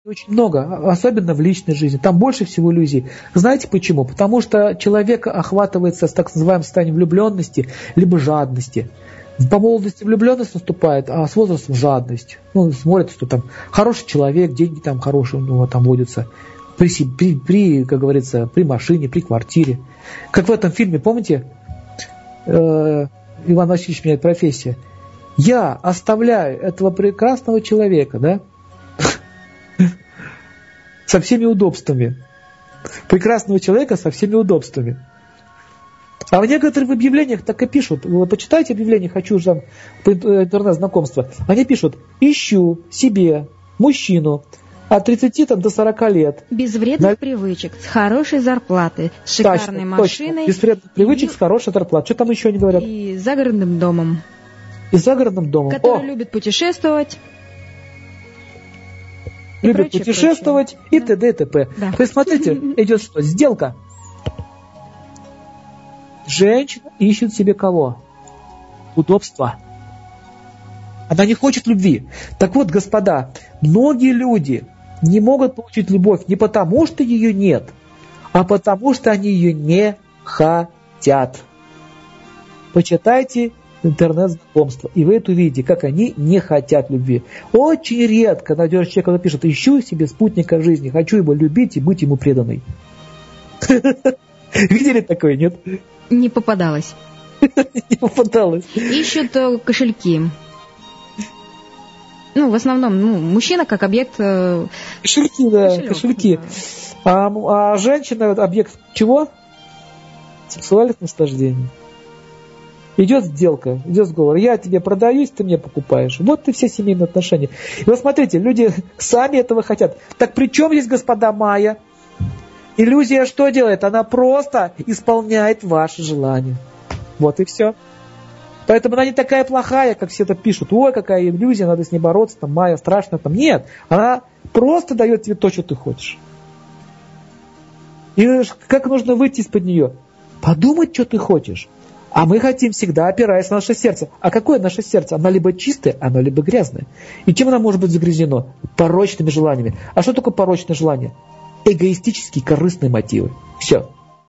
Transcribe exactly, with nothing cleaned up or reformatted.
очень много, особенно в личной жизни. Там больше всего иллюзий. Знаете почему? Потому что человек охватывается с так называемым состоянием влюбленности, либо жадности. По молодости влюбленность наступает, а с возрастом жадность. Ну, смотрят, что там хороший человек, деньги там хорошие у него там водятся. При, при, при, как говорится, при машине, при квартире. Как в этом фильме, помните? Э, Иван Васильевич меняет профессию. Я оставляю этого прекрасного человека, да? Со всеми удобствами. Прекрасного человека со всеми удобствами. А в некоторых объявлениях так и пишут. Вы почитайте объявление, хочу же там по интернет-знакомства. Они пишут: ищу себе мужчину от тридцати там, до сорока лет. Без вредных да. привычек, с хорошей зарплатой, с шикарной точно, машиной. Точно. Без вредных привычек, и... с хорошей зарплатой. Что там еще они говорят? И загородным домом. И загородным домом. Который О! любит путешествовать. Любит прочее, путешествовать прочее. И да. т.д. и т.п. Да. То есть, смотрите, идет что? Сделка. Женщина ищет себе кого? Удобства. Она не хочет любви. Так вот, господа, многие люди не могут получить любовь не потому, что ее нет, а потому, что они ее не хотят. Почитайте интернет-знакомства, и вы это увидите, как они не хотят любви. Очень редко найдешь человека, который пишет: ищу себе спутника жизни, хочу его любить и быть ему преданной. Видели такое, нет? Не попадалось. Не попадалось. Ищут кошельки. Ну, в основном, ну, мужчина как объект... Кошельки, да, кошелек, кошельки. Да. А, а женщина объект чего? Сексуальных наслаждений. Идет сделка, идет сговор. Я тебе продаюсь, ты мне покупаешь. Вот и все семейные отношения. И вот смотрите, люди сами этого хотят. Так при чем здесь господа Майя? Иллюзия что делает? Она просто исполняет ваши желания. Вот и все. Поэтому она не такая плохая, как все это пишут. Ой, какая иллюзия, надо с ней бороться, там, Майя страшно. Там. Нет, она просто дает тебе то, что ты хочешь. И как нужно выйти из-под нее? Подумать, что ты хочешь. А мы хотим всегда, опираясь на наше сердце. А какое наше сердце? Оно либо чистое, оно либо грязное. И чем оно может быть загрязнено? Порочными желаниями. А что такое порочное желание? Эгоистические, корыстные мотивы. Все.